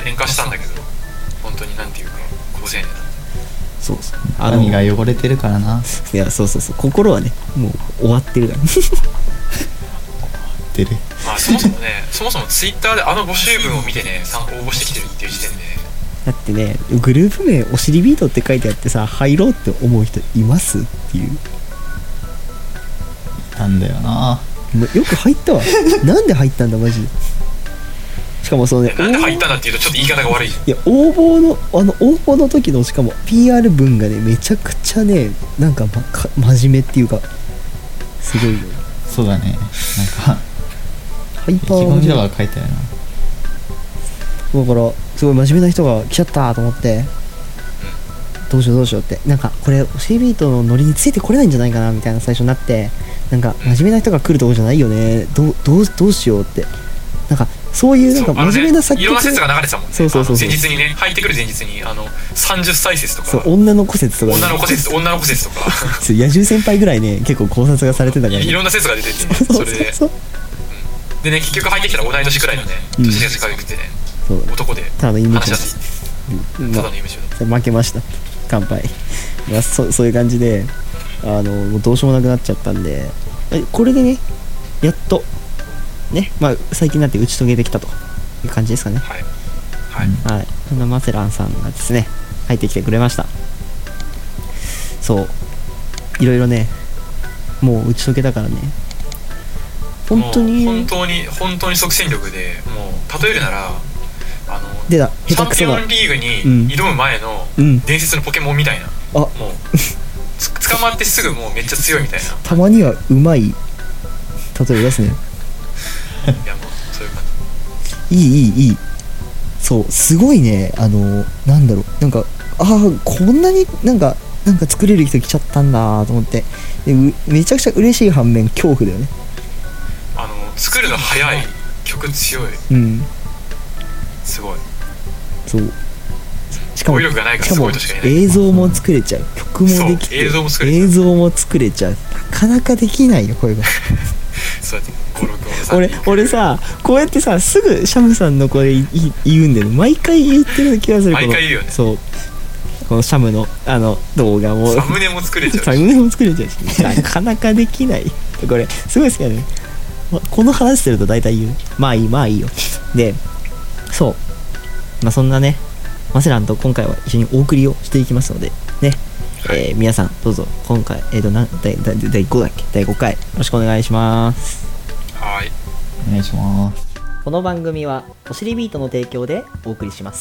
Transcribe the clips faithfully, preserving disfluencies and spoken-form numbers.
演歌したんだけど本当になんていうか高青年だ。 そうそう、 あ髪が汚れてるからな。 いやそうそうそう、心はねもう終わってるから出る。 まあそもそもねそもそもツイッターであの募集文を見てね参応募してきてるっていう時点で、 だってねグループ名おしりビートって書いてあってさ入ろうって思う人いますっていう。 なんだよな。 もうよく入ったわなんで入ったんだマジで。しかもそのね、 なんで入ったんだっていうとちょっと言い方が悪い。いや応募のあの応募の時のしかも ピーアール 文がねめちゃくちゃねなんか、ま、か真面目っていうかすごいよ。 そうだね、なんかハイパー意気込みとか書いてあるな。 だからすごい真面目な人が来ちゃったと思って、どうしようどうしようって、なんかこれおしりビートのノリについてこれないんじゃないかなみたいな最初になって、なんか真面目な人が来るとこじゃないよね、どうどうどうしようって、なんかそういうなんか真面目な作曲、 いろんな説が流れてたもんね。 そうそうそうそう、 前日にね入ってくる前日にあのさんじゅっさい説とか、 そう女の子説とか、ね、 女の子説女の子説とかそう野獣先輩ぐらいね結構考察がされてたから、ね、 いろんな説が出てて、 それでそうでね結局入ってきたら同い年くらいのね年が近くてね、 そう男でただのイメージ話しやすい、うん、ただのイメージだ、 ま、負けました乾杯。まあ、そ, そういう感じであのもうどうしようもなくなっちゃったんで、これでねやっとね、まあ、最近になって打ち解けてきたという感じですかね。 はいはい、 はい、そんなマセランさんがですね入ってきてくれました。そういろいろねもう打ち解けたからね、本当に本当に本当に即戦力で、もう例えるならあの出たチャンピオンリーグに挑む前の伝説のポケモンみたいな、うん、もう捕まってすぐもうめっちゃ強いみたいなたまにはうまい例えですね。 いやもうそういう感じ。いいいいいい。そうすごいね、あのなんだろう、なんかああこんなになんかなんか作れる人来ちゃったんだと思って、でめちゃくちゃ嬉しい反面恐怖だよね。 あの作るの早い、曲強い、 うん、 すごい。 そうしかも語彙力がないからすごいとしか言えない。 映像も作れちゃう、曲もできて映像も作れちゃう、 映像も作れちゃう、なかなかできないよこれがそうやってごろく俺俺さこうやってさすぐシャムさんのこれ言うんだよね、毎回言ってる気がする。 毎回言うよね。 そうこのシャムのあの動画もサムネも作れちゃうしサムネも作れちゃうしなかなかできないこれすごい好きだね。この話してると大体言う、まあいいまあいいよ。でそう、まあ、そんなねマセランと今回は一緒にお送りをしていきますのでね、えー、皆さんどうぞ今回、えー、となだいだいだいごだっけだいごかいよろしくお願いします。 はい、 お願いします。 この番組はおしりビートの提供でお送りします。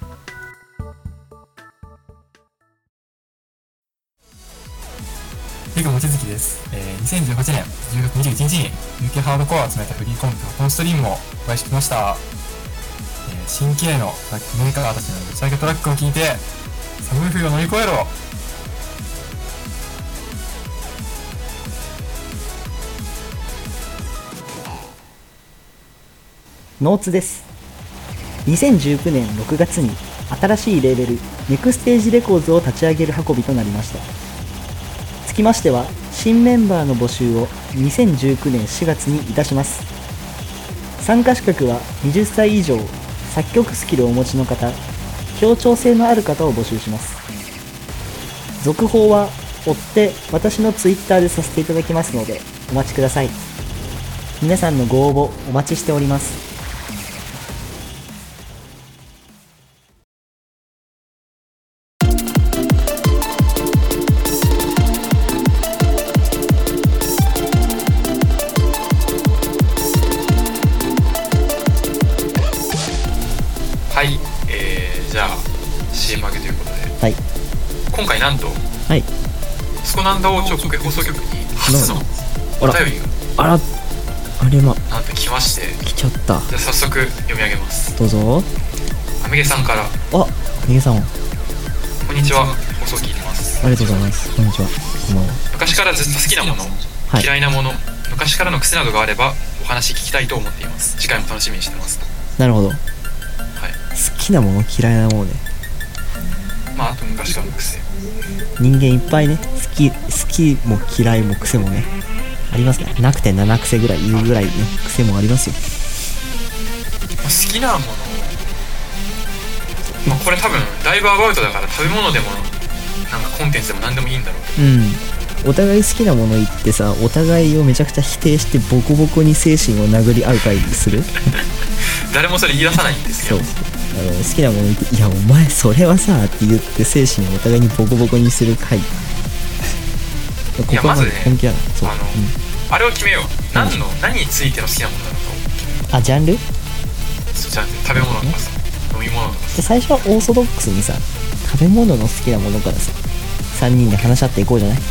リグ望月です、えー、にせんじゅうはちねんじゅうがつにじゅういちにちに ユーケー ハードコアを集めたフリーコンテンツストリームをお会いしてきました。えー、新規のトラックメーカーたちのぶち上げトラックを聴いて寒い冬を乗り越えろ。 ノーツです。にせんじゅうきゅうねんろくがつに新しいレーベルネクステージレコーズを立ち上げる運びとなりました。つきましては新メンバーの募集をにせんじゅうきゅうねんしがつにいたします。参加資格ははたち以上、作曲スキルをお持ちの方、協調性のある方を募集します。続報は追って私のツイッターでさせていただきますのでお待ちください。皆さんのご応募お待ちしております。 はい、えー、じゃあ シーエム 明けということで、 はい、 今回なんと、 はい、 スコナンダ王朝国営放送局に初のお便りがあらあれまなんと来まして、 来ちゃった。 じゃあ早速読み上げます。 どうぞ。 アメゲさんから。 あ、アメゲさん、 こんにちは、放送聞いてます。 ありがとうございます。こんにちは、こんばんは。 昔からずっと好きなもの、はい、嫌いなもの、昔からの癖などがあればお話聞きたいと思っています。次回も楽しみにしてます。 なるほど。 はい、 好きなもの嫌いなものね。 まああと昔からの癖。 人間いっぱいね、好き好きも嫌いも癖もねありますね。なくてなな癖ぐらい言うぐらいね癖もありますよ。 好きなもの、 まあ、これ多分ライブアバウトだから食べ物でもなんかコンテンツでも何でもいいんだろうけど、 うん、お互い好きなもの言ってさ、お互いをめちゃくちゃ否定してボコボコに精神を殴り合う会にする誰もそれ言い出さないんですよ。 そうあの好きなもの言って「いやお前それはさ」って言って精神をお互いにボコボコにする会。 いやまずね、 本気だな。そう、 あの、 うん、 あれを決めよう。何の、うん、何についての好きなものなのかを。 あ、ジャンル？ そう、ジャンル、食べ物とかさ、飲み物とかさ。 最初はオーソドックスにさ、食べ物の好きなものからささんにんで話し合っていこうじゃない。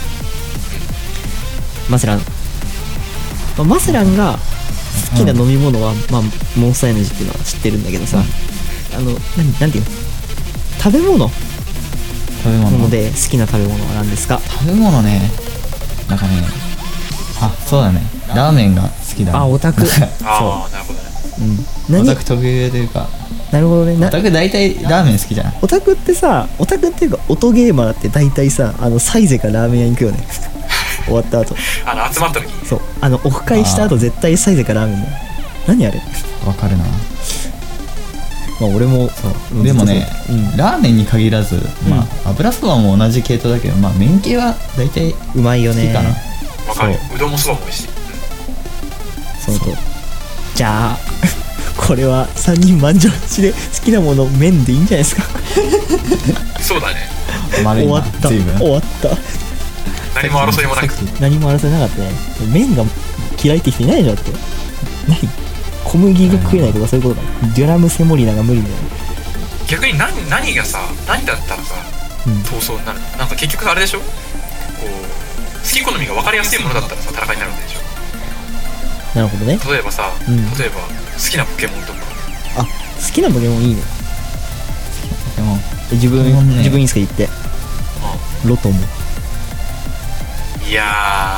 マセラン、まあ、マセランが好きな飲み物は、うん、まあモンスターエナジーっていうのは知ってるんだけどさ、うん、あの何なんていうの、食べ物食べ物なので好きな食べ物は何ですか？ 食べ物ね、なんかね、あ、そうだね、ラーメンが好きだ、ね、 あ、オタクああ、なるほどね、 うん、 オタク特有というか、 なるほどね、 オタク大体ラーメン好きじゃん。 オタクってさ、オタクっていうか音ゲーマーって大体さ、あのサイゼかラーメン屋に行くよね終わった後あの集まった時に、 そう、あのオフ会した後絶対サイゼかラーメンだよ。何あれわかるな。 まあ俺もそう、でもね、うん、ラーメンに限らず、まあ、うん、油そばも同じ系統だけど、まあ麺系は大体うまいよね。 好きかな。わかる。うどんもそばも美味しい。 そのとじゃあこれはさんにん満場一致で好きなもの麺でいいんじゃないですかそうだね。 終わった終わった何も争いもなく何も争いなかったね。麺が嫌いって人いないじゃんって。何小麦が食えないとかそういうことか。デュラムセモリナが無理だよ。 逆に 何, 何がさ何だったらさ、うん、闘争になる。なんか結局あれでしょ、こう好き好みが分かりやすいものだったらさ戦いになるわけでしょ。 なるほどね。 例えばさ、うん、例えば好きなポケモンとか。 あ、好きなポケモンいいね。ポケモン自分、ね、自分いいですか言って、うん、ロトム。 いや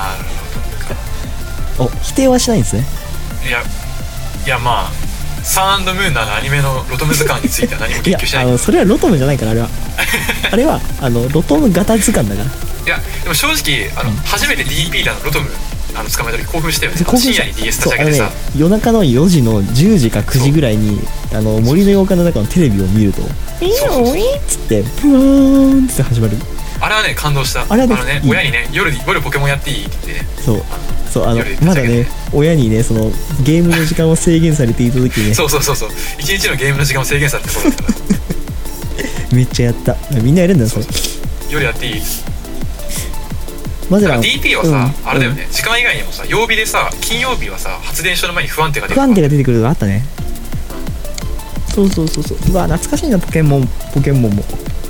ー、 ロトムか。お、否定はしないんですね。 いやいや、まあサン&ムーンなどアニメのロトム図鑑については何も言及しない。 いや、あのそれはロトムじゃないから、あれはあれはあのロトム型図鑑だから。 いやでも正直あの、うん、初めて ディーピー だのロトムあの捕まえた時興奮したよね。深夜に ディーエス 立ち上げてさ、ね、 夜中のよじのじゅうじかくじぐらいにあの森の洋館の中のテレビを見ると「いいよいい」っつってブーンって始まる。 あれはね感動した。あれはね、あのね、親にね、夜夜ポケモンやっていいって言ってね。そうそう、あのまだね親にねそのゲームの時間を制限されていた時ねそうそうそうそう、一日のゲームの時間を制限されてそうだったからめっちゃやった。みんなやるんだよそれ。 夜やっていい。 マゼランディーピー はさ、うん、あれだよね、うん、時間以外にもさ曜日でさ、金曜日はさ発電所の前に不安定が出てくる。 不安定が出てくるのがあったね。そうそうそうそう。うわ懐かしいなポケモン。ポケモンも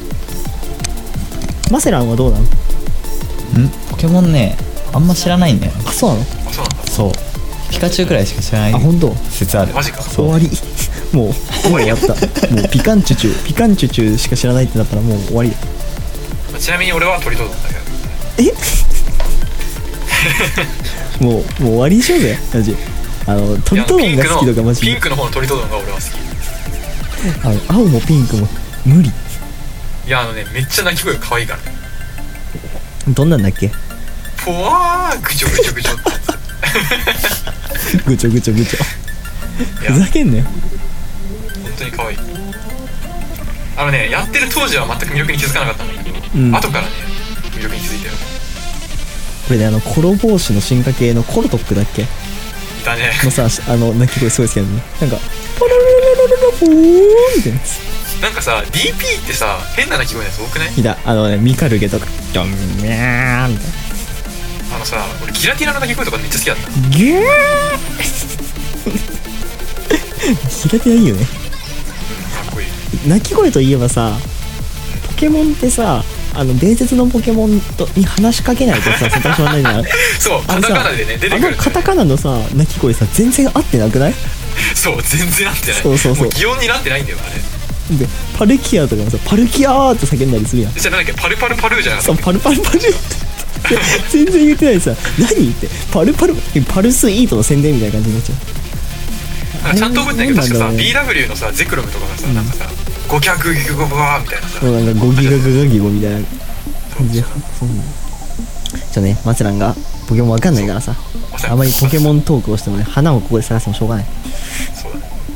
マセランはどうなの？んポケモンねあんま知らないんだよ。 あ、そうなの？ あ、そうなんだ。 そう、ピカチュウくらいしか知らない。 あ、本当？ 説ある。 マジか。 終わりもう終わりやったもうピカンチュチュピカンチュチュしか知らないってなったらもう終わりや。 ちなみに俺はトリトドンだけど。えもうもう終わりにしようぜマジ。あのトリトドンが好きとかマジピンクの方のトリトドンが俺は好き。 あの青もピンクも無理。 いやあのねめっちゃ鳴き声が可愛いから。 どんなんだっけ？ ぽわーぐちょぐちょぐちょぐちょぐちょぐちょふざけんなよ。 本当に可愛い。あのねやってる当時は全く魅力に気づかなかったんだけど、うん、後からね魅力に気づいてる。 これねあのコロ帽子の進化系のコロトップだっけ？いたね。 のさあの鳴き声すごい好きなのね。なんかポロロロロロロポーみたいなやつ。 なんかさ ディーピー ってさ変な鳴き声のやつ多くない？ いた。あのねミカルゲとかドンミャーみたいな。 あのさ俺ギラティナの鳴き声とかめっちゃ好きだった。 ギューギラティナいいよね、うん、 かっこいい。 鳴き声といえばさポケモンってさあの伝説のポケモンとに話しかけないとさ戦わないじゃんそうカタカナでね出てくる、ね、 あのカタカナのさ鳴き声さ全然合ってなくない？ そう全然合ってない。 そうそうそう、 もう擬音になってないんだよあれでパルキアとかもさパルキアーって叫んだりするやん。 じゃあなんだっけパルパルパルじゃなかったっけ？ そうパルパルパル全然言ってないさ何ってパルパルパルスイートの宣伝みたいな感じになっちゃう。 なんかちゃんと覚えてないけど確かさ ビーダブリュー のさゼクロムとかがさ、うん、なんかさごひゃくギガバーみたいなさ、 なんかごギガガガギゴみたいな感じで。ちょねマツランがポケモンわかんないからさあまりポケモントークをしてもね花をここで探してもしょうがない。 そうだね。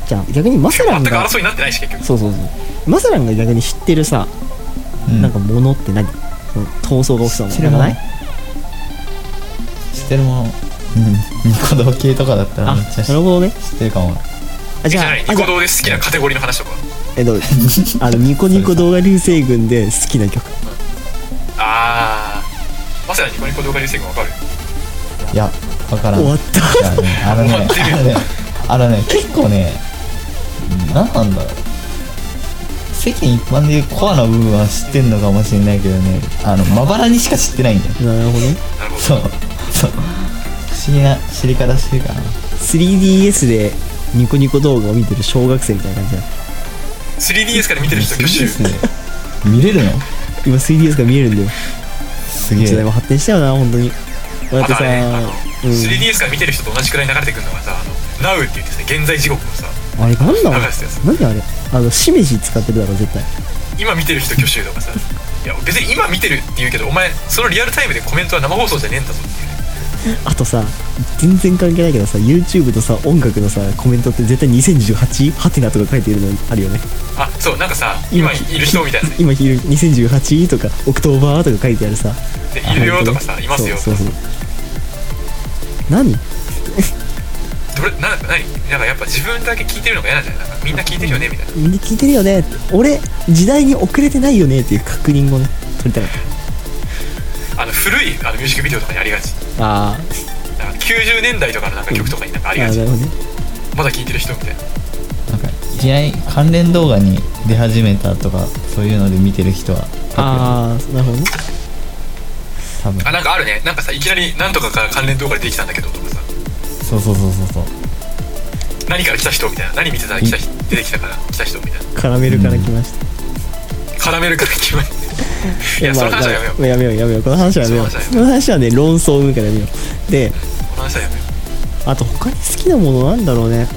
じゃあ逆にマサラン全くが争いになってないし結局。 そうそうそうマサランが逆に知ってるさ、 うんなんかものって何、その闘争が起きそうな知ってるものものなんかない？ 知ってるもの、うんニコ動系とかだったらあめっちゃ知なるほどね。 ってるかも。 あじゃあえじゃあニコあじゃあ動で好きなカテゴリーの話とか。 えっとあのニコニコ動画流星群で好きな曲。 あーまさにニコニコ動画流星群わかる？ いやわからん。 終わったいやねあのね終わってるよあのねあのね結構ねなんなんだろう、世間一般でいうコアな部分は知ってんのかもしれないけどね、あのまばらにしか知ってないんだよ。 なるほどね。 なるほど。 そうそう不思議な知り方してるかな。 スリーディーエス でニコニコ動画を見てる小学生みたいな感じだ。 スリーディーエス から見てる人挙手。 スリーディーエス で見れるの今 スリーディーエス が見えるんだよ。 すげえ。 時代も発展したよな本当に。だってさ、 あとあれあの、 うん、 スリーディーエス から見てる人と同じくらい流れてくるのがさ、あの Now って言ってさ、現在時刻のさ、 あれなんだろう流してたやつ。 何あれあのしめじ使ってるだろ絶対。 今見てる人挙手とかさ、いや別に今見てるって言うけど、お前そのリアルタイムでコメントは生放送じゃねえんだぞっていうね。 あとさ全然関係ないけどさ YouTube とさ音楽のさコメントって絶対にせんじゅうはちハテナとか書いてるのあるよね。 あ、そうなんかさ、今いる人みたいなね。 今いるにせんじゅうはちとかオクトーバーとか書いてあるさ。 でいるよとかさ、いますよとかさ。 そうそうそう何どれな何なんかやっぱ自分だけ聞いてるのが嫌なんじゃない？なんかみんな聞いてるよねみたいな。 みんな聞いてるよねって俺時代に遅れてないよねっていう確認をね取りたかっあの古いあのミュージックビデオとかにありがち。 た。あなんかきゅうじゅうねんだいとかのなんか曲とかになんかあーりがち。 あーなるほどね。 まだ聞いてる人みたいな。 なんかいきなり関連動画に出始めたとかそういうので見てる人はああなるほどね。 多分あ、なんかあるね。なんかさ、いきなりなんとかから関連動画でできたんだけどとかさ、 そうそうそうそうそう何から来た人みたいな、何見てたら来た人出てきたから来た人みたいな。 カラメルから来ました。 カラメルから来ました。いや、その話はやめよう。 やめようやめようこの話はやめよう。 その話はやめようこの話はね論争を生むからやめよう。でこの話はやめよう。 あと他に好きなものなんだろうね。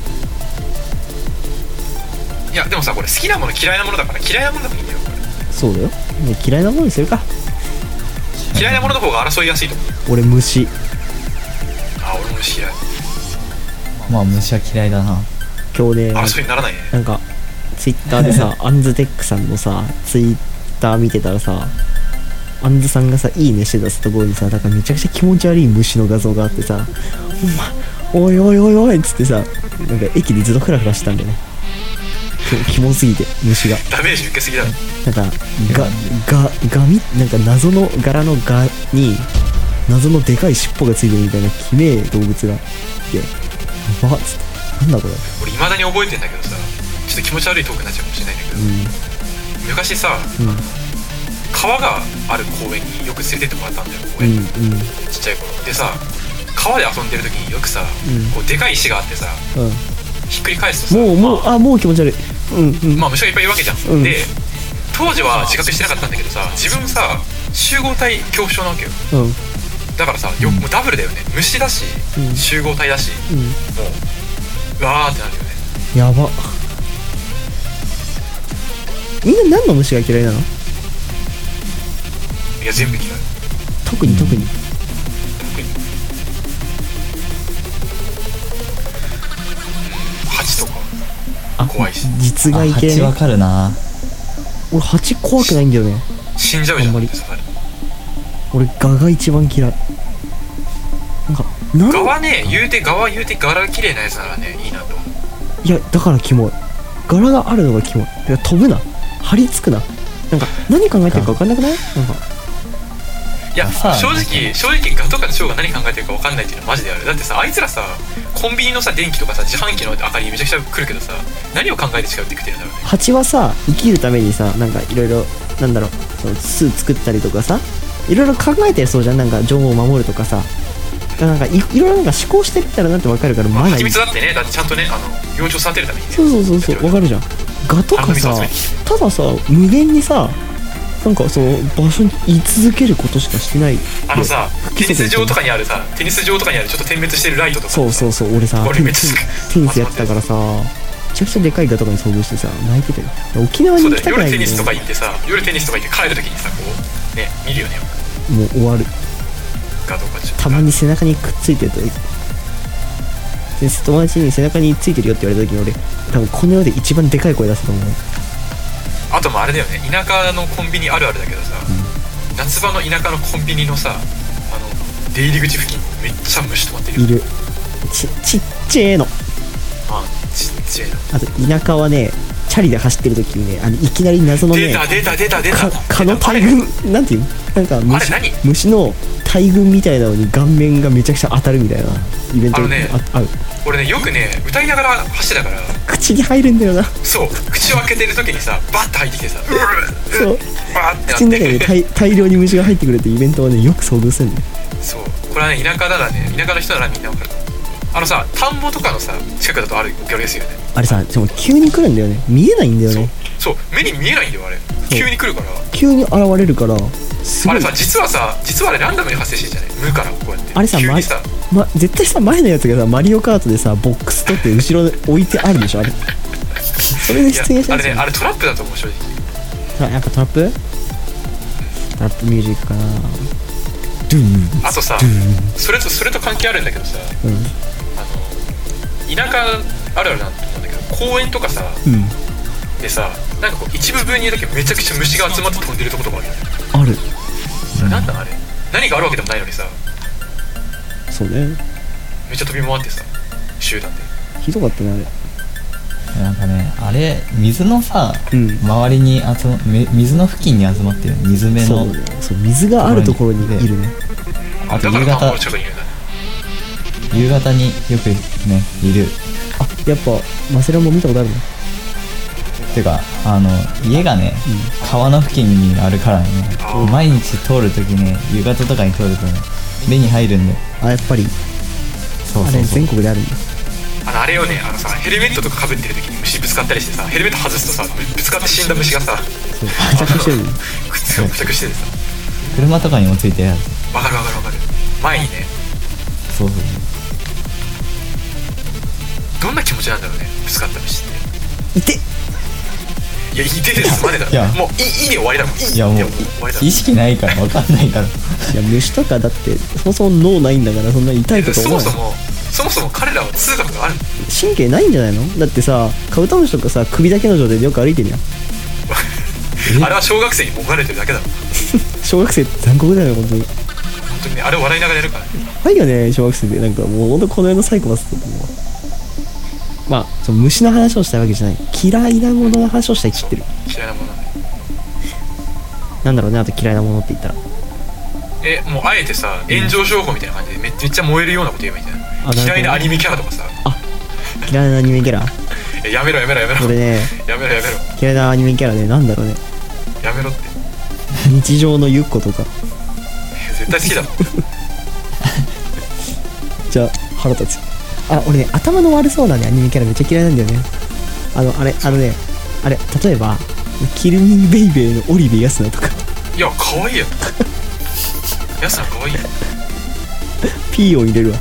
いやでもさ、これ好きなもの嫌いなものだから嫌いなものでもいいんだよこれ。 そうだよ、ね、嫌いなものにするか。 嫌いなものの方が争いやすいと思う。 俺虫。 あ、俺も虫嫌い。 まあ虫は嫌いだな。 今日ね争いにならないね。 なんかツイッターでさアンズテックさんのさツイッター見てたらさアンズさんがさいいねしてたところにさなんかめちゃくちゃ気持ち悪い虫の画像があってさお前おいおいおいおいっつってさなんか駅でずっとフラフラしてたんだよね。きキモすぎて虫がダメージ受けすぎだろ。 なんかがががみなんか謎の柄の柄に謎のでかい尻尾がついてるみたいなきめえ動物がいてやばっつってなんだこれ。 俺未だに覚えてんだけどさ、ちょっと気持ち悪いトークになっちゃうかもしれないんだけど、 うん昔さ、 うん川がある公園によく連れてってもらったんだよ公うん園に、ちっちゃい頃でさ、川で遊んでる時によくさ、 うんこうでかい石があってさ、 うんひっくり返すとさ、 もうもうまあ、 あもう気持ち悪い。うんうんまあ虫がいっぱいいるわけじゃん、 うんで当時は自覚してなかったんだけどさ、自分さ集合体恐怖症なわけよ。 うんだからさ、よもうダブルだよね。虫だし、 うん集合体だし、 うんもううわーってなるよね。 やば。みんな何の虫が嫌いなの？ いや全部嫌い。 特に特に。 特にハチとかあ怖いし実害系ねあ蜂わ。かるな。 俺蜂怖くないんだよね。 死んじゃうじゃん。 あんまりだってさ俺ガが一番嫌い。なんかなんガはね、言うてガは言うて柄が綺麗なやつならね、いいなと思う。 いやだからキモい。柄があるのがキモい。いや飛ぶな。張り付くな。なんか何考えてるか分かんなくない？なんかいやさあ正直正直ガとかチョウが何考えてるか分かんないっていうのはマジである。だってさ、あいつらさコンビニのさ電気とかさ自販機の明かりめちゃくちゃ来るけどさ、何を考えて近寄ってきてるんだろうね。 蜂はさ生きるためにさなんかいろいろなんだろうその巣作ったりとかさいろいろ考えてるそうじゃん。なんか女王を守るとかさなんかいいろいろなんか思考してったらなって分かるからまあ、 まだいい。 蜂蜜だってね、だってちゃんとね、あの幼虫育てるためにね。 そうそうそうそう分かるじゃん。ガとかさたださ無限にさなんかその場所に居続けることしかしてない。 あのさ、テニス場とかにあるさ、テニス場とかにあるちょっと点滅してるライトとかさ、 そうそうそう俺さテニ俺めっちゃステニスやってたからさめちゃくちゃでかいガとかに遭遇してさ泣いてたよ。沖縄にそうだよ。 行きたくないんだよ夜テニスとか行ってさ、夜テニスとか行って帰るときにさ、こうね見るよね。 もう終わる。 ガとかちょっとたまに背中にくっついてるとで友達に背中についてるよって言われた時に俺多分この世で一番でかい声出したと思う。 あともあれだよね、田舎のコンビニあるあるだけどさ、うん、夏場の田舎のコンビニのさ、あの出入り口付近めっちゃ虫止まってるよ。いる。 ちちっちゃいの。 あちっちゃいの。 あと田舎はね、チャリで走ってる時にね、あのいきなり謎のね、 出た出た出た出た蚊の大群、なんていうの、なんか虫虫の大群みたいなのに顔面がめちゃくちゃ当たるみたいなイベントが あ,、ね、あ, ある。 俺ねよくね歌いながら走ってたから口に入るんだよな。 そう口を開けてる時にさバッと入ってきてさそうバッて口の中に 大, 大量に虫が入ってくるってイベントはねよく想像するんだよ。 そうこれはね田舎ならね田舎の人ならみんなわかる。あのさ田んぼとかのさ近くだとある行列よね。 あれさでも急に来るんだよね。見えないんだよね。 そうそう目に見えないんだよあれ。急に来るから急に現れるからすごい。 あれさ実はさ実はあれランダムに発生してるじゃない無からこうやってあれさ急にさ、まま、絶対さ前のやつがさマリオカートでさボックス取って後ろに置いてあるでしょあれそれで出現したあれねあれトラップだと思う正直。 やっぱトラップトラップミュージックかな。ドゥンあとさそれとそれと関係あるんだけどさ、うん、あの田舎あるあるなんだと思うんだけど公園とかさ、うん、でさなんかこう一部分にだけめちゃくちゃ虫が集まって飛んでるとことかあるよね。 ある。 それなんだあれ何があるわけでもないのにさそうねめっちゃ飛び回ってさ集団でひどかったねあれ。 なんかねあれ水のさ、うん、周りに集ま水の付近に集まってる水辺のそう、ね、そう水があるところにいるね。 あと夕方夕方によくねいる。 あやっぱマセラも見たことあるの。 てかあの家がね、うん、川の付近にあるからね毎日通るときね夕方とかに通るとね目に入るんだよ。 あやっぱりそうそうそうあれ全国であるんだ。 あのあれよねあのさヘルメットとか被ってる時に虫ぶつかったりしてさヘルメット外すとさぶつかって死んだ虫がさそう付着してる靴を付着しててさ車とかにもついてるやつ。 わかるわかるわかる前にねそうそうどんな気持ちなんだろうねぶつかった虫っていていやいてですまでだろ。いやもういいで終わりだもん。いいいやもう意識ないから分かんないからいや虫とかだってそもそも脳ないんだからそんな痛いこと思わない。 そもそもそもそも彼らは痛覚があるの。 神経ないんじゃないの。だってさカブトムシとかさ首だけの状態でよく歩いてるやんあれは小学生にもがれてるだけだろ小学生って残酷だよ本当に。 本当にねあれ笑いながらやるからね。 はいよね小学生でなんかもう本当この世のサイコパスだと思う。まあその虫の話をしたいわけじゃない。嫌いなものの話をしたいって言ってる。 嫌いなものね。 なんだろうねあと嫌いなものって言ったらえもうあえてさ炎上商法みたいな感じでめっちゃ燃えるようなこと言えばいいんじゃない。嫌いなアニメキャラとかさ。 あ嫌いなアニメキャラえやめろやめろやめろ。 これねやめろやめろ。 嫌いなアニメキャラねなんだろうね。 やめろって。 日常のゆっことか絶対好きだもんじゃあ腹立つ。あ俺ね頭の悪そうなねアニメキャラめっちゃ嫌いなんだよね。あのあれあのねあれ例えばキルミーベイベーのオリベヤスナとかいや可愛いやんヤスナ可愛いやんピーを入れるわ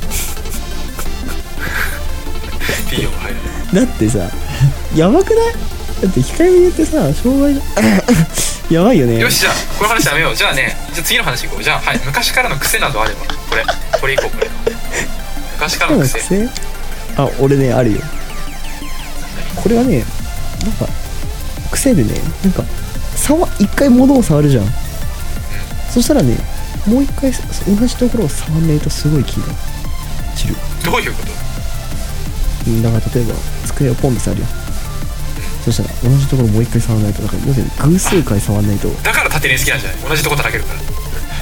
ピーを入る。 だってさやばくない。だって控えめに言ってさ障害やばいよね。 よしじゃあこの話やめよう。じゃあねじゃあ次の話いこう。じゃあはい昔からの癖などあればこれこれいこうこれ昔からの癖。 癖あ俺ねあるよ。これはねなんか癖でねなんか触一回物を触るじゃん、うん、そしたらねもう一回同じところを触んないとすごい気が散る。 どういうこと。 だから例えば机をポンと触るよ、うん、そしたら同じところもう一回触らないとだから要するに偶数回触らないと。 だから縦連好きなんじゃない。同じとこ叩けるから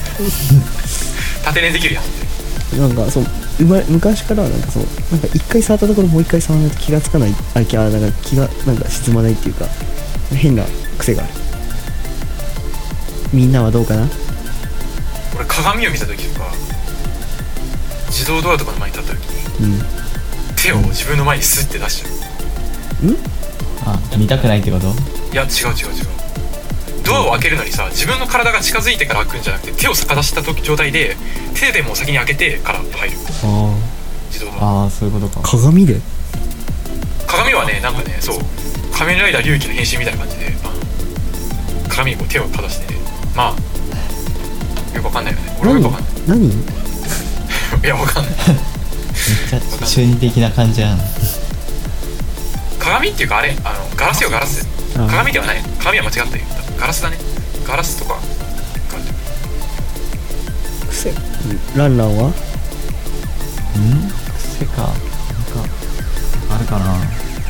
縦連できるやん。 なんかそううま昔からなんかそうなんか一回触ったところもう一回触らないと気がつかないあきゃなんか気がなんか沈まないっていうか変な癖がある。みんなはどうかな。 俺鏡を見た時とか自動ドアとかの前に立った時に、うん、手を自分の前にスッて出しちゃう。 んあ見たくないってこと。 いや違う違う違う。ドアを開けるのにさ自分の体が近づいてから開くんじゃなくて手をかざした時状態で手でも先に開けてから入る。 あ自動ドア。 ああそういうことか。 鏡で鏡はねなんかねそう仮面ライダー龍騎の変身みたいな感じで鏡にこう手をかざして、ね、まあよくわかんないよね。俺はよくわかんない。 何いやわかんないちゃ中二的な感じやん。 鏡っていうかあれあのガラスよガラス。鏡ではない。鏡は間違ったよ。ガラスだね。ガラスとか癖ランランはん癖かなんかあるかな。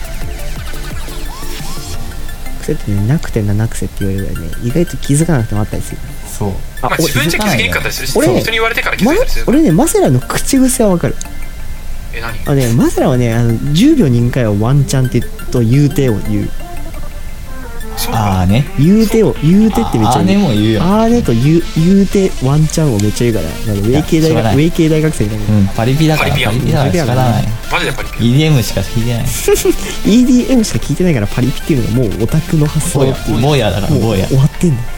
癖ってねなくて七癖って言われるぐらいね意外と気づかなくてもあったりする。 そうまあ、自分じゃ気づけんかったりするし、 俺人に言われてから気づいたりする、 ま、俺ねマセラの口癖はわかる。 え何あねマセラはねあのじゅうびょうにいっかいはワンチャンってと言うてを言う。 あーね言うてを言うてってめっちゃあーねも言うよ。 あーねと言う言うてワンチャンをめっちゃ言うからなんかウェイ系大学ウェイ系大学生みたいな。 うんパリピだからパリピやパリピだから仕方ない。 マジでパリピイーディーエム しか聞いてない。 イーディーエム しか聞いてないからパリピっていうのがもうオタクの発想坊やっていう坊やだからもう坊や。 終わってんだ。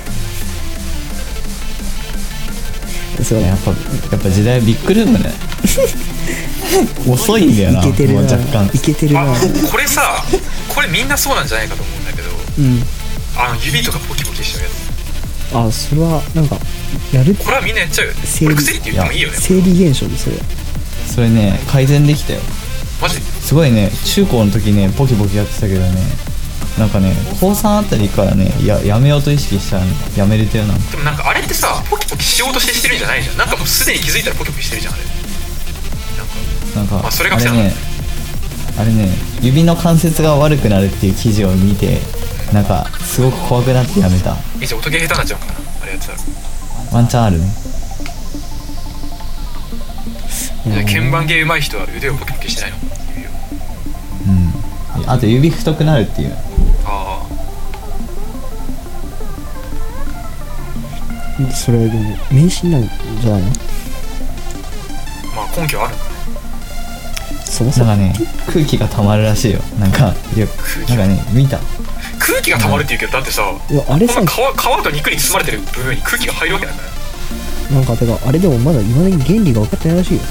そうやっぱやっぱ時代ビッグルームね。遅いんだよな。 いけてるなもう若干いけてるな。 あこれさこれみんなそうなんじゃないかと思うんだけどうんあの指とかポキポキしちゃうやつあそれはなんかやるこれはみんなやっちゃうよね。 生理これ癖って言ってもいいよね。 生理現象でそれ。 それね改善できたよ。 マジすごいね中高の時ねポキポキやってたけどねなんかね高さんあたりからねややめようと意識したら、ね、やめれたよなんか。 でもなんかあれってさポキポキしようとしてしてるんじゃないじゃん。なんかもうすでに気づいたらポキポキしてるじゃんあれ。なんかなんかあそれがあれ癖なのねあれね指の関節が悪くなるっていう記事を見てなんかすごく怖くなってやめた。 えじゃあ音ゲー下手になっちゃうからあれやってたら。 ワンチャンあるね。 じゃあ鍵盤ゲー上手い人は腕をポキポキしてないの指を。 うんあと指太くなるっていう。 あそれでも迷信なんじゃないの。 あまあ根拠はあるんだね。 そもそもなんかね空気が溜まるらしいよ。なんかいやなんかね見た。 空気が溜まるって言うけどだってさいやあれさこんな皮皮と肉に包まれてる部分に空気が入るわけなんだよ。 なんかてかあれでもまだ未だに原理が分かってないらしいよ。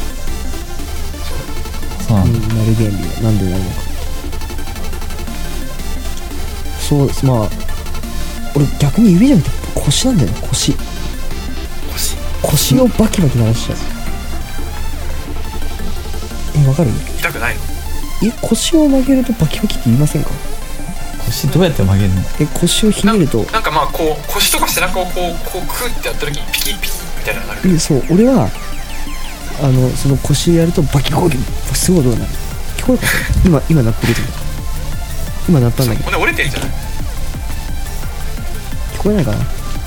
そうなうんんだ。 なる原理はなんでなるのか。そうまあ俺逆に指じゃなくて腰なんだよね。腰腰腰をバキバキ鳴らしちゃう。えわかる。 痛くないの。 え腰を曲げるとバキバキって言いませんか。 腰どうやって曲げるの。 え腰をひねるとなんかまあこう腰とか背中をこうこうクーってやった時にピキピキみたいなのがなる。 えそう俺はあのその腰やるとバキバキすごい音が鳴る。聞こえるか今今鳴ってると思う。今鳴ったんだけど骨折れてんじゃない。 聞こえないかな。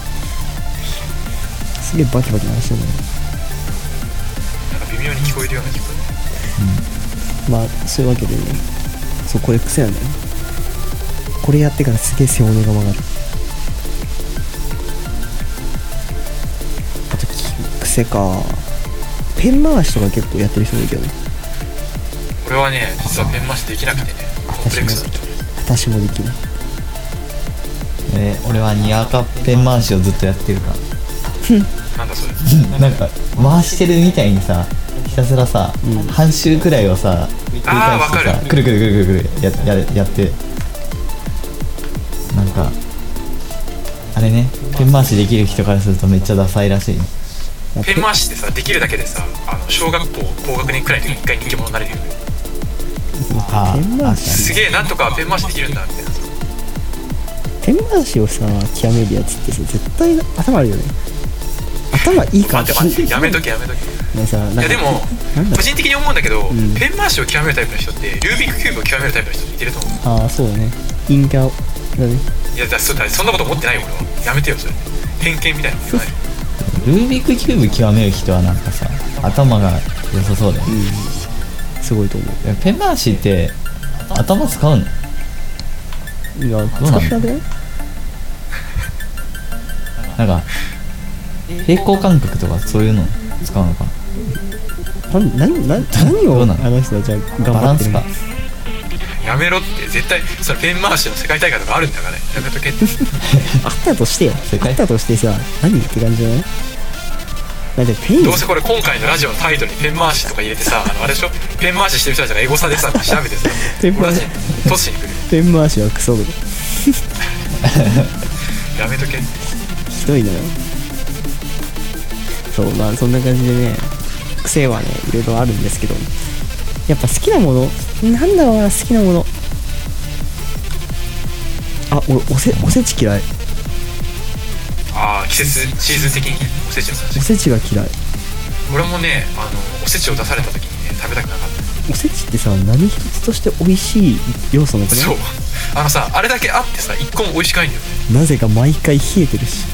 すげえバキバキ鳴らしてるの。 なんか微妙に聞こえるような気分。 まあそういうわけでねそうこれ癖なんだよね。これやってからすげえ背骨が曲がる。あと癖かペン回しとか結構やってる人もいるけどね。 俺はね実はペン回しできなくてねコンプレックスだった。 私もできない。 えー俺はにわかペン回しをずっとやってるかなんだそれ。 ら。なんか回してるみたいにさひたすらさ、 うん半周くらいをさ繰り返してあーわかさるくるくるくるくるくるやややってなんかあれねペン回しできる人からするとめっちゃダサいらしいね。 ペン回しってさできるだけでさあの小学校高学年くらいの時に一回人気者になれるよね。 あペン回しすげえなんとかペン回しできるんだみたいな。 ペン回しをさ極めるやつってさ絶対頭あるよね。頭いいから待って待ってやめとけやめとけ。 ねさなんかいやでもなんだ個人的に思うんだけど、 んペン回しを極めるタイプの人ってルービックキューブを極めるタイプの人って似てると思う。 ああそうだね陰キャだね。 いやだそだそんなこと思ってないよ俺は。やめてよそれ。偏見みたいなの言わない。 ルービックキューブ極める人はなんかさ頭が良さそうだよね。 うんすごいと思いやペン回しって頭使うの。 う。いやうなの使ってなくない。 なんか平行感覚とかそういうの使うのかな。 なん何何何をあどうなのの人たちは頑バランスか張ってるの。 やめろって絶対それペン回しの世界大会とかあるんだからね。やめとけって。 あったとしてよ世界あったとしてさ何って感じじゃない。だってペンどうせこれ今回のラジオのタイトルにペン回しとか入れてさあのあれでしょペン回ししてる人たちがエゴサでさ調べてさペン回し俺たちにトスしに来る。 ペン回しはクソだやめとけ。 ひどいのよ。そうまあそんな感じでね癖はねいろいろあるんですけどやっぱ好きなものなんだろうな、好きなもの、あ、俺おせおせち嫌い。 ああ、季節シーズン的におせちの話。 おせちが嫌い。 俺もね、あのおせちを出された時にね食べたくなかった。 おせちってさ、何一つとして美味しい要素なくない？ そう、あのさ、あれだけあってさ一個も美味しくないんだよね。 なぜか毎回冷えてるし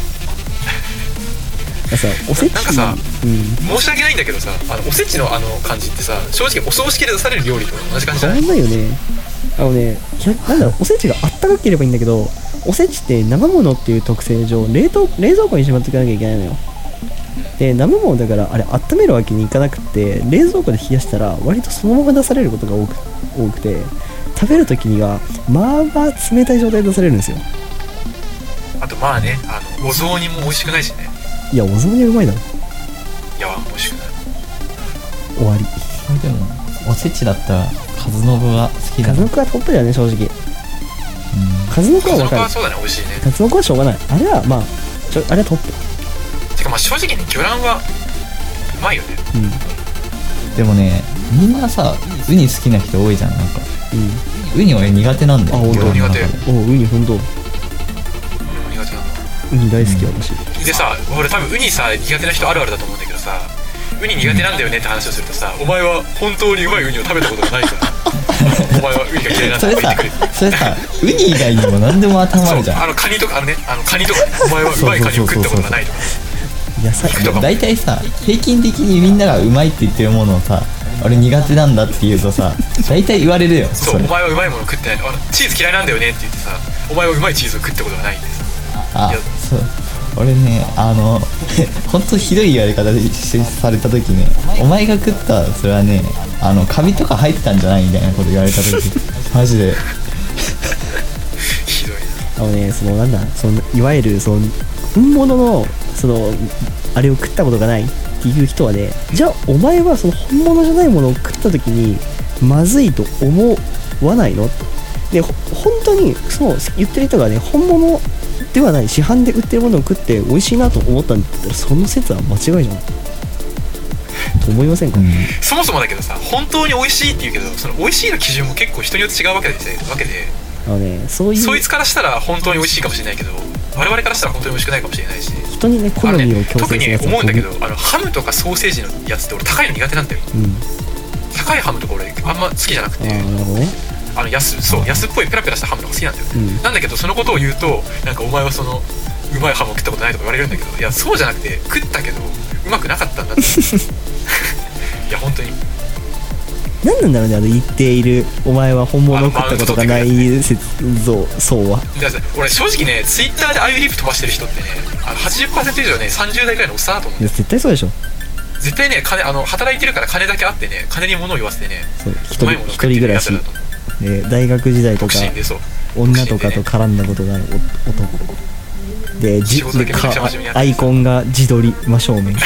さ、おせちなんかさ、 うん、 申し訳ないんだけどさ、あのおせちのあの感じってさ、正直お葬式で出される料理と同じ感じじゃない？ 変わんないよね。あのね、なんだろう、おせちがあったかければいいんだけど、おせちって生ものっていう特性上冷凍冷蔵庫にしまっておかなきゃいけないのよ。で、生ものだからあれ温めるわけにいかなくて、冷蔵庫で冷やしたら割とそのまま出されることが多く多くて、食べるときにはまあまあ冷たい状態で出されるんですよ。 あとまあね、あのお雑煮も美味しくないしね。 いや、お雑煮はうまいだろ。 いや、美味しくない。 終わり。 でもおせちだったら数の子が好きだな。 数の子はトップだよね、正直。 うん、 数の子は分かる。 数の子はそうだね、美味しいね。 数の子はしょうがない。あれはまあちょあれはトップ。 てかまあ正直ね、魚卵はうまいよね。 うん。 でもね、みんなさウニ好きな人多いじゃん。なんか、 うん、 ウニ俺苦手なんだよ。 あ、本当？ 苦手。 おう、ウニ本当。 苦手なんだ。 ウニ大好き、私。 でさ、俺多分ウニさ苦手な人あるあるだと思うんだけどさ、ウニ苦手なんだよねって話をするとさ、お前は本当にうまいウニを食べたことがないからお前はウニが嫌いなんだって言ってくれる。 それさ、ウニ以外にも何でも当てはまるじゃん。 そう、あのカニとか、あのね、あのカニとかね、お前はうまいカニを食ったことがないとか。 野菜とか大体さ、平均的にみんながうまいって言ってるものをさ、俺苦手なんだって言うとさ、大体言われるよ。 そう、お前はうまいもの食ってない、あのチーズ嫌いなんだよねって言ってさ、お前はうまいチーズを食ったことがないんでさ。 あ、そう。俺ね、あの本当ひどい言われ方された時ね、お前が食ったそれはね、あのカビとか入ってたんじゃないみたいなこと言われた時マジでひどいな。あのね、そのなんだ、そのいわゆるその本物のそのあれを食ったことがないっていう人はね、じゃあお前はその本物じゃないものを食った時にまずいと思わないの？で、本当にその言ってる人がね、本物ではない市販で売ってるものを食って美味しいなと思ったんだったら、その説は間違いじゃんと思いませんか？うん、 そもそもだけどさ、本当に美味しいって言うけど、その美味しいの基準も結構人によって違うわけでわけで、 あのね、そういうそいつからしたら本当に美味しいかもしれないけど、我々からしたら本当に美味しくないかもしれないし、 人にね好みを強制するやつ、 ね、特に思うんだけど、あのハムとかソーセージのやつって俺高いの苦手なんだよ。うん、高いハムとか俺あんま好きじゃなくて、 あ、なるほどね、 あの安そう安っぽいペラペラしたハムとか好きなんだよ、うん、なんだけどそのことを言うと、なんかお前はそのうまいハムを食ったことないとか言われるんだけど、いやそうじゃなくて、食ったけどうまくなかったんだっていや本当に何なんだろうね、あの言っているお前は本物を食ったことがない説像そうは。 俺正直ね、ツイッターでああいうリプ飛ばしてる人ってね、あの はちじゅっパーセント 以上ねさんじゅう代くらいのおっさんだと思う。 いや絶対そうでしょ。 絶対ね、金あの働いてるから金だけあってね、金に物を言わせてね、 そう一人一人暮らしで大学時代とか女とかと絡んだことがある男で、じでかアイコンが自撮り真正面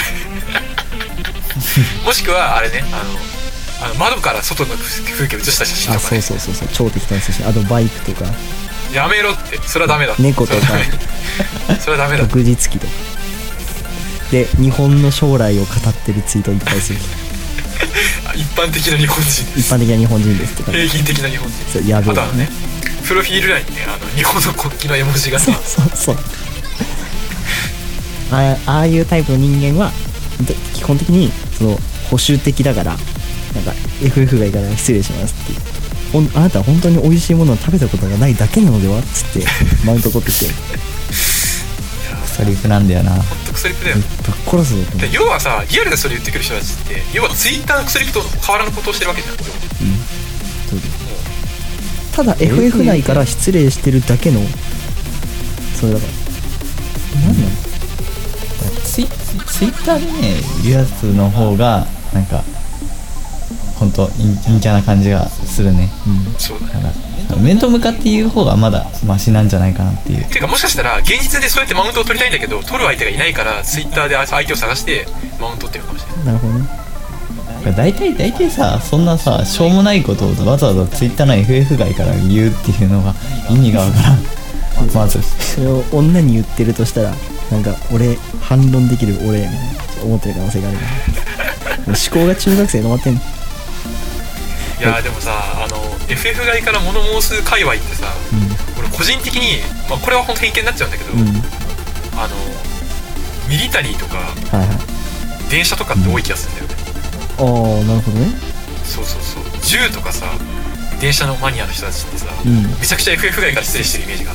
もしくはあれね、あのあの窓から外の風景を映した写真とか、ね、 あ、そうそうそうそう、超適当な写真、あとバイクとかやめろって、それはダメだ、 猫とかそれはダメだ、 独自付きとかで日本の将来を語ってるツイートに対する一般的な日本人です、 一般的な日本人ですとか、 平均的な日本人、 そうやべえ、 あとはね、プロフィール欄にね、あの日本の国旗の絵文字がね、 そうそうそうあ, ああいうタイプの人間は基本的にその保守的だから、なんか エフエフ がいいから失礼しますって、あなたは本当に美味しいものを食べたことがないだけなのではっつってマウント取ってきてクソリプなんだよな。 ほんとクソリプだよ。 ぶっ殺すぞと。 要はさ、リアルでそれ言ってくる人たちって要はツイッターのクソリプと変わらぬことをしてるわけじゃん。うん、 そうです。ただ エフエフ 内から失礼してるだけの、それだから何なの、 ツイツイッターでね言うやつの方がなんかほんと陰キャな感じがするね。 うん、そうだね。 面と向かって言う方がまだマシなんじゃないかなっていう。 ていうかもしかしたら現実でそうやってマウントを取りたいんだけど取る相手がいないからツイッターで相手を探してマウント取ってるかもしれない。 なるほどね。 大体大体さ、そんなさしょうもないことをわざわざツイッターの エフエフ 外から言うっていうのが意味がわからんまずそれを女に言ってるとしたら、なんか俺反論できる俺みたいな思ってる可能性があるから思考が中学生止まってんの。 いやーでもさ、あの エフエフ 外から物申す界隈ってさ、 うん、 俺個人的に、まあ、これは本当偏見になっちゃうんだけど、うん、あのミリタリーとか、はいはい、電車とかって多い気がするんだよね。 ああ、なるほどね。 そうそうそう、銃とかさ、電車のマニアの人たちってさ、うん、めちゃくちゃ エフエフ 外から失礼してるイメージがある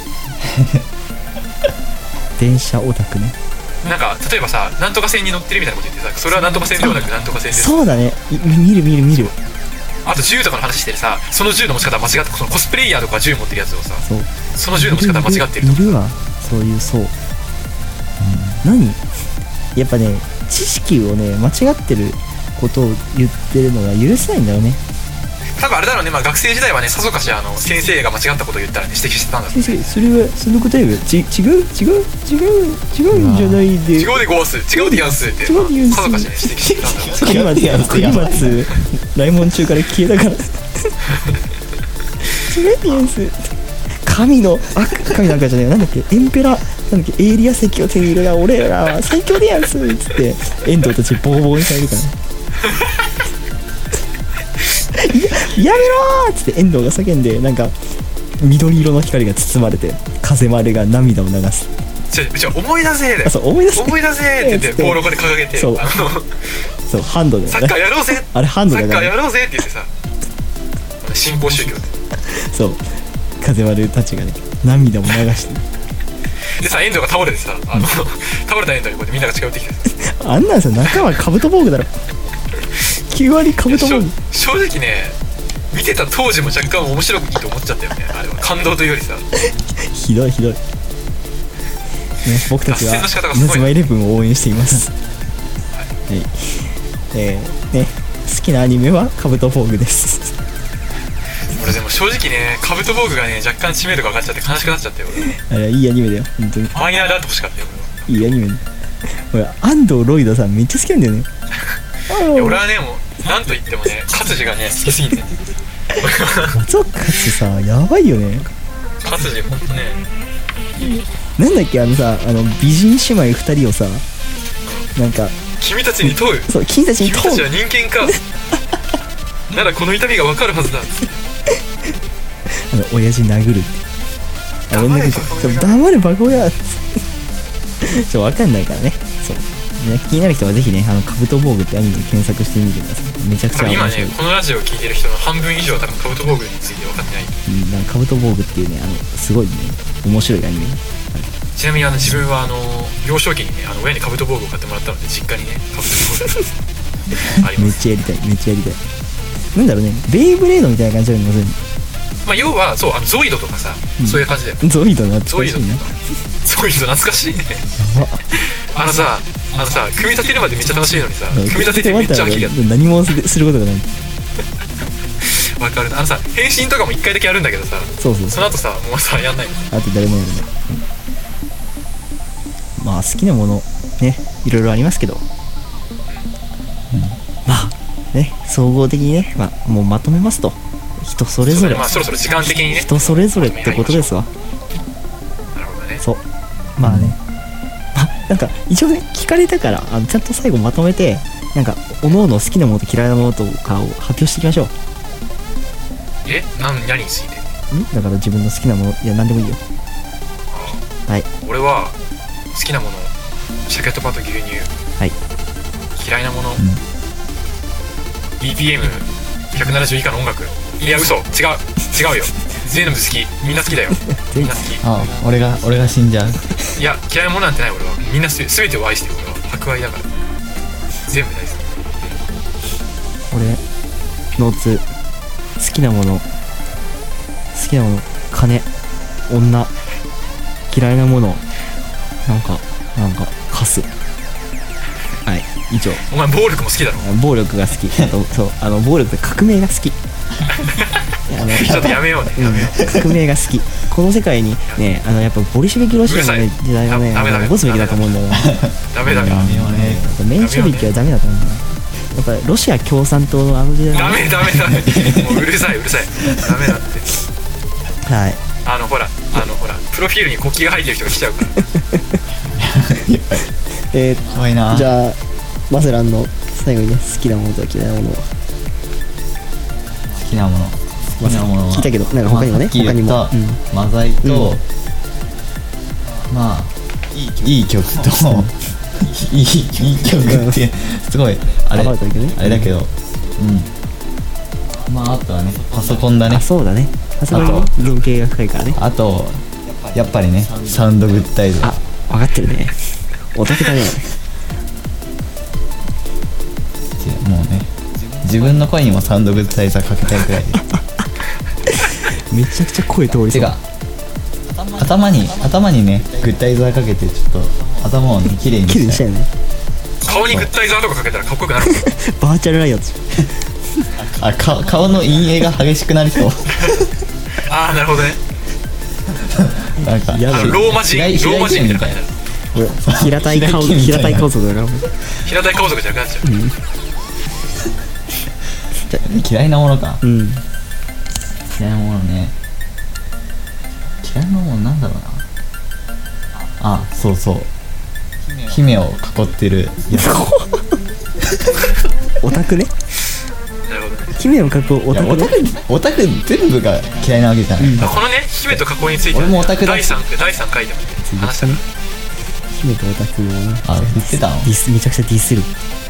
電車オタクね。 なんか例えばさ、なんとか線に乗ってるみたいなこと言ってさ、それはなんとか線ではなくなんとか線です。 そうだね、見る見る見る。 あと銃とかの話してるさ、その銃の持ち方間違って、そのコスプレイヤーとか銃持ってるやつをさ、そう、その銃の持ち方間違ってるとかいるわ、そういう、そう、うん、何やっぱね、知識をね間違ってることを言ってるのが許せないんだよね。 多分あれだろうね、まあ、学生時代はね、さぞかしあの先生が間違ったことを言ったら、ね、指摘してたんだろうね。 先生、それはその答えはち違う違う違う違うんじゃないで、 違うでごわす、違うでやんすってさぞかしね指摘してたんだろう。 栗松栗松来門中から消えたから違うでやんす、神の赤、神の赤じゃないよ、なんだっけ、エンペラなんだっけ、エイリア石を手に入れた俺らは最強でやんすっつって遠藤たちボコボコにされるからや, やめろーっつって遠藤が叫んで、なんか緑色の光が包まれて風丸が涙を流す。 ちょちょ思い出せーだよ、 思い出せ思い出せーって言ってボールこで掲げて、 そうあのそうハンドで、ね、 サッカーやろうぜあれハンドだから、 サッカーやろうぜって言ってさ、新興宗教でそう風丸たちがね涙を流してでさ、遠藤が倒れてさ、あの倒れた遠藤にこうやってみんなが近寄ってきてあんなんさ、中はカブト防具だろきゅう割カブト防具。 正直ね、見てた当時も若干面白くいいと思っちゃったよね。あれは感動というよりさひどいひどい、ね、僕たちはイナズマイレブンを応援しています、はいはい、えー、ね、好きなアニメはカブト防具です俺でも正直ね、カブト防具がね若干知名度が上がっちゃって悲しくなっちゃったよ俺。あれいいアニメだよ本当に。 マイナーであってほしかったよ俺は。いいアニメだ。俺安藤ロイドさんめっちゃ好きなんだよねいや俺はね、もうなんといってもね、勝地がね好きすぎてね細勝地さやばいよね。 勝地ほんとね、 なんだっけ、あのさ、あの美人姉妹ふたりをさ、なんか君たちに問う、 そう君たちに問う、 君たちは人間かならこの痛みが分かるはずだあの親父殴るって、あ俺だけ黙れバカ親ちょ分かんないからね。そうね、気になる人はぜひね、あのカブト防具ってアニメで検索してみてください。めちゃくちゃ面白い。 今ね、このラジオを聞いてる人の半分以上は多分カブト防具について分かってない。 うん、なんかカブト防具っていうね、あのすごいね面白いアニメ、はい、 ちなみにあの自分はあの幼少期にね、あの親にカブト防具を買ってもらったので、実家にねカブト防具あります。 めっちゃやりたい、めっちゃやりたい。なんだろうね、ベイブレードみたいな感じだよね。 まあ要はそう、あのゾイドとかさ、うん、そういう感じだよ。 ゾイド懐かしいね。 ゾイド懐かしいねあのさ、あのさ、組み立てるまでめっちゃ楽しいのにさ、組み立ててめっちゃ飽きるやつ。 何もすることがないわかる。あのさ、変身とかも一回だけやるんだけどさ、 そうそうそう、 その後さ、もうさ、やんないの。 あと誰もやるね、うん、まあ好きなものね、いろいろありますけど、うん、まあね、総合的にね、まあ、もうまとめますと、人それぞれ、 まあそろそろ時間的にね、 人それぞれってことですわ。 なるほどね。 そう、まあね、まあなんか一応ね聞かれたから、あのちゃんと最後まとめて、なんか各々好きなものと嫌いなものとかを発表していきましょう。 え、なん何について？ んだから自分の好きなもの、いや何でもいいよ。 ああ、 はい。 俺は好きなもの、鮭とパンと牛乳。 はい。 嫌いなもの、うん、ビーピーエムひゃくななじゅう 以下の音楽。いや嘘、違う違うよ。全部好き、みんな好きだよ。みんな好き。 ああ、俺が俺が死んじゃう。 いや嫌いなものなんてない。俺はみんなすべてを愛してる。俺は博愛だから全部大好き。 俺ノーツ好きなもの、好きなもの、金、女、嫌いなもの、なんかなんかカス。はい、以上。 お前暴力も好きだろ。 暴力が好き。あとそう、あの暴力で革命が好きあのちょっとやめようね、やめよう。 革命が好き。この世界にね、あのやっぱボリシュビキロシアの、ね、時代をね、起こすべきだと思うんだよな。 ダメダメダメダメ。 メンシェビキはダメだと思うんだよ。やっぱりロシア共産党のあの時代。 ダメダメダメ。もううるさいうるさい。ダメだって。 はい。 あのほら、あのほら、プロフィールに国旗が入ってる人が来ちゃうから。 えー、じゃあマセランの最後にね、好きなものと嫌いなものは。 きなもの好きなものは聞いたけどなんか他にもね、 まあ、 他にも、うん、 マザイと、うん、まあいい曲といいいい曲ってすごいあれ、 ね、 あれだけど、うん、まああとはねパソコンだね。 あ、そうだね、パソコンの原型が深いからね。 あとやっぱりねサウンドグッタイズ。 あ、分かってるね、オタクだね。 もうね自分の声にもサウンドグッタイザーかけたいくらいでめちゃくちゃ声通りそう。 てか頭に頭にねグッタイザーかけてちょっと頭をね綺麗に綺麗にしたよね。 顔にグッタイザーとかかけたらかっこよくなるバーチャルライオットあか顔の陰影が激しくなりそうああなるほどね。 なんかやだローマ人ローマ人みたいな感じ。 平たい顔平たい顔族だから平たい顔族じゃなくなっちゃう、うん、 嫌いなものか、 うん、 嫌いなものね嫌いなものなんだろうなあ、そうそう姫を囲ってるやつオタクね。 なるほどね。 姫を囲うオタク、ね、 オタクオタク全部が嫌いなわけじゃない、うん、 このね姫と囲いについて、ね、 俺もオタクだだいさんだいさん回でも話したね。 姫とオタクをね、 あ、言ってたの？ ディスめちゃくちゃディスる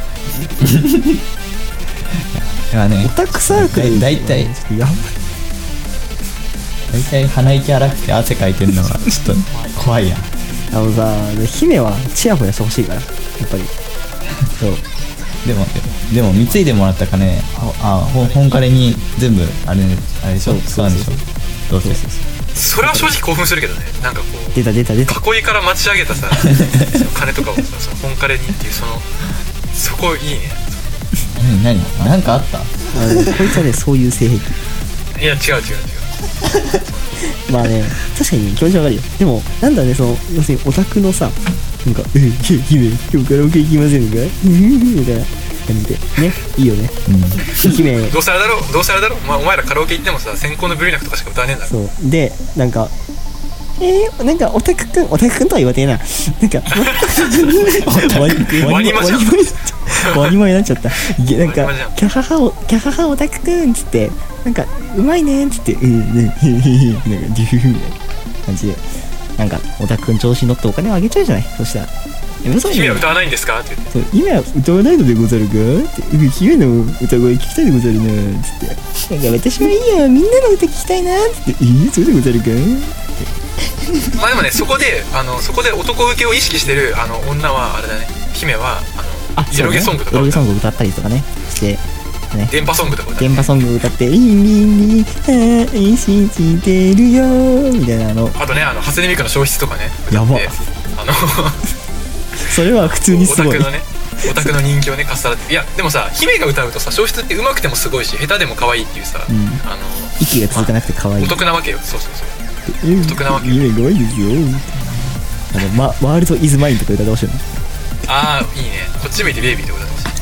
いやね、 オタクサークルだいたいやばい大体鼻息荒くて汗かいてるのがちょっと怖いやん。 あのさ、姫はチヤホヤしてほしいからやっぱりそうでもでも貢いでもらった金、ああ本金に全部あれあれでしょ、使うんでしょ。どうせそれは正直興奮するけどね。なんかこう出た出た出た囲いから待ち上げたさその金とかをさその本金にっていうそのそこいいね。 何何なんかあった？ あのこいつはねそういう性癖。いや違う違う違うまあね確かに気持ちわかるよ。でもなんだねその要するにオタクのさなんかえ姫今日カラオケ行きませんかみたいな感じでねいいよね、うん、姫どうせあれだろどうせあれだろ、まあ、お前らカラオケ行ってもさ先行のブリナクとかしか歌わねえんだろ。 そうでなんかえー、なんかオタクくんオタクくんとは言わてえななんかワニマじゃんワニマになっちゃったなんかキャハハオキャハハオタクくんっつってなんかうまいねっつってうんねへへへなんかデュフフみたいな感じでなんかオタクくん調子に乗ってお金をあげちゃうじゃない。そしたら姫は歌わないんですかって言ってそう今は歌わないのでござるかって姫の歌声聞きたいでござるなっつってなんか私はいいやみんなの歌聞きたいなっつってえー、そうでござるかまあでもねそこであのそこで男受けを意識してるあの女はあれだね。姫はあのあエロゲソングとかエロゲソング歌ったりとかねしてね、 電波ソングとか歌って電波ソング歌って「インリンリン愛してるよ」みたいなのあとねあの長谷美香の消失とかねやばあのそれは普通にすごいオタクのねオタクの人気をねかっさらっていやでもさ姫が歌うとさ消失って上手くてもすごいし下手でも可愛いっていうさ、うん、あの息が続かなくて可愛いお得なわけよ。そうそうそうお得なわけよ。 夢がいいですよあの、ま、ワールドイズマインとか歌ってほしいの。 ああいいねこっち向いてベイビーとか歌ってほしい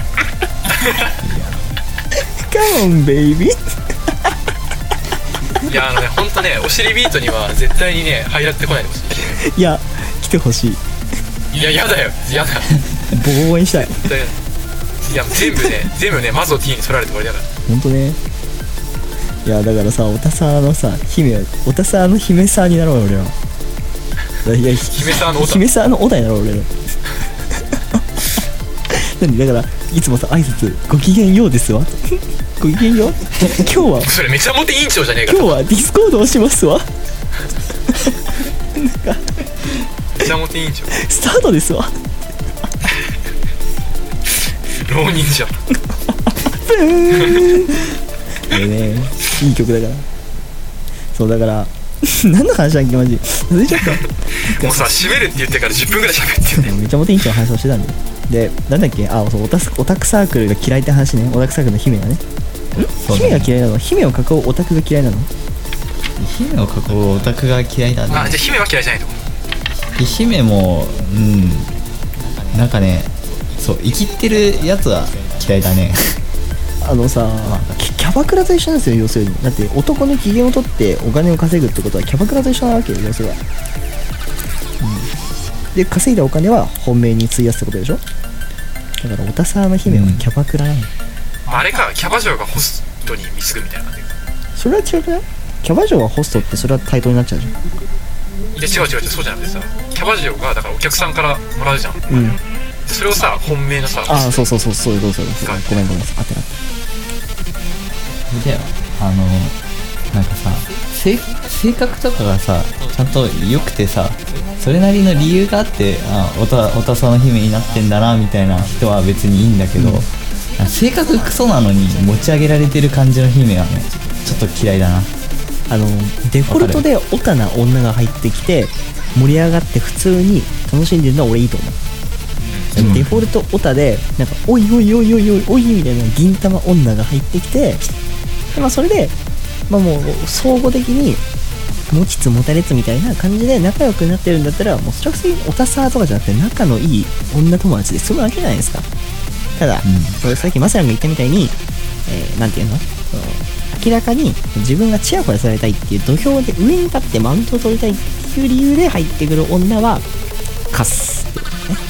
カモンベイビーいやあのねほんとねお尻ビートには絶対にね入らってこないでほしい。 いや来てほしい。 いややだよやだボコボコにしたい。 いや全部ね全部ねマゾ T に取られて終わりだから。 ほんとね。いやだからさオタサーのさ姫オタサーの姫サーになろうよ俺は。いや姫サーのオタ姫サーのオタになろう俺は。何だからいつもさ挨拶ごきげんようですわごきげんよう今日はそれめちゃモテ委員長じゃねえか。 今日はディスコードをしますわなんかめちゃモテ委員長スタートですわ浪人じゃんブーンこれねいい曲だからそうだから何の話だっけマジ忘れちゃったもうさ閉めるって言ってからじゅっぷんぐらい喋ってるねめちゃモテ委員長の話をしてたんだよ。でなんだっけあそうオタオタクサークルが嫌いって話ね。オタクサークルの姫がね姫が嫌いなの姫を囲うオタクが嫌いなの。 姫を囲うオタクが嫌いだね。 あじゃあ姫は嫌いじゃないと姫もうんなんかねそう生きってるやつは嫌いだねあのさ、まあ、キャバクラと一緒なんですよ要するに。だって男の機嫌を取ってお金を稼ぐってことはキャバクラと一緒なわけよ要するに、うん、で稼いだお金は本命に費やすってことでしょ。だからオタサーの姫はキャバクラなの、 うん、あれかキャバ嬢がホス人に貢ぐみたいな感じ。 それは違くない？キャバ嬢はホストってそれは対等になっちゃうじゃん。 で違う違う違う、そうじゃなくてさ、キャバ嬢がだからお客さんからもらうじゃん、 うん、 それをさ本命のさ、 ああそうそうそうそういうことそういうことごめんごめん当てなであのなんかさ性, 性格とかがさちゃんと良くてさそれなりの理由があってあおたおたさの姫になってんだなみたいな人は別にいいんだけど、うん、性格クソなのに持ち上げられてる感じの姫はねちょっと嫌いだな。 あのデフォルトでオタな女が入ってきて盛り上がって普通に楽しんでるのは俺いいと思う、うん、デフォルトオタでなんかおいおいおいおいおいおいみたいな銀玉女が入ってきてで、まあ、それで、まあ、もう相互的に持ちつ持たれつみたいな感じで仲良くなってるんだったらもうそれは普通にオタサーとかじゃなくて仲のいい女友達で済むわけじゃないですか。ただ、うん、さっきマセランが言ったみたいに、えー、なんていうの明らかに自分がチヤホヤされたいっていう土俵で上に立ってマウントを取りたいっていう理由で入ってくる女はカスってことね。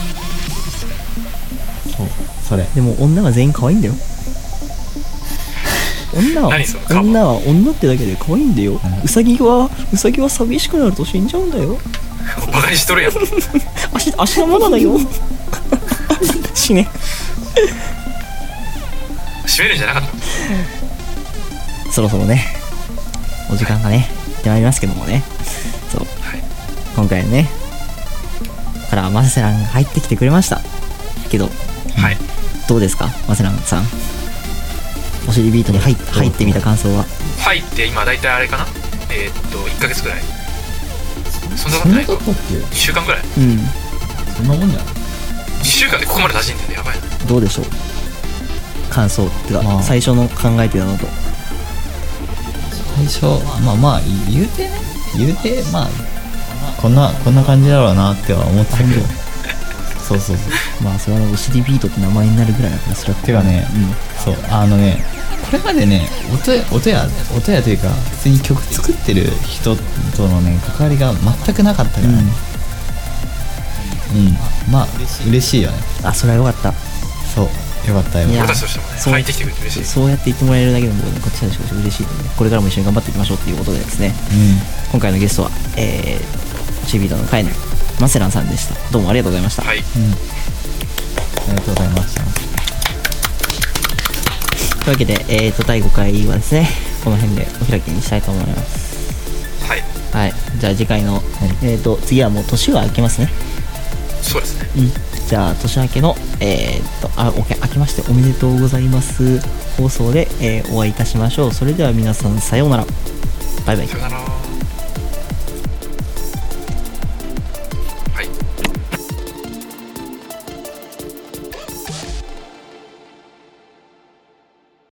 そうそれでも女は全員可愛いんだよ。女は女は女ってだけで可愛いんだよ、うん、ウサギはウサギは寂しくなると死んじゃうんだよ。 バカにしとるやん足足のまだだよ死ね閉めるんじゃなかった。 そろそろねお時間がね、はい、ってまいりますけどもね、そう、はい、今回ねからマセランが入ってきてくれましたけど、 はい、 どうですかマセランさん、おしりビートに 入, 入ってみた感想は。 入って今だいたいあれかな、えー、っといっかげつくらい、そんなことないか、にしゅうかんくらい、 うん、 そんなもんじゃない。 にしゅうかんでここまで馴染んでるのやばいな。 どうでしょう感想ってか、まあ、最初の考えてたのと。 最初まあまあ言うてね言うてまあこんなこんな感じだろうなっては思ってたけどそうそうそうまあそれはおしりビートって名前になるぐらいだからそれはてかね、うん、そうあのねこれまでね音や音や音やというか普通に曲作ってる人とのね関わりが全くなかったからね、うん、うん、まあ嬉しいよね。 あそれはよかった。 そうよかったよ。 俺たちとしてもね入ってきてくれて嬉しい。 そうやって言ってもらえるだけでも、ね、こっちは嬉しいので、ね、これからも一緒に頑張っていきましょうということでですね、うん、今回のゲストはえーチビートの会のマセランさんでした。どうもありがとうございました。 はい、うん、 ありがとうございました。 というわけで、えー、とだいごかいはですねこの辺でお開きにしたいと思います。 はい、 はい、じゃあ次回の、はい、えー、と次はもう年は明けますね。 そうですね、 うん、じゃあ年明けのえー、っとあ明けましておめでとうございます放送で、えー、お会いいたしましょう。それでは皆さんさようなら。バイバイ。 さようなら。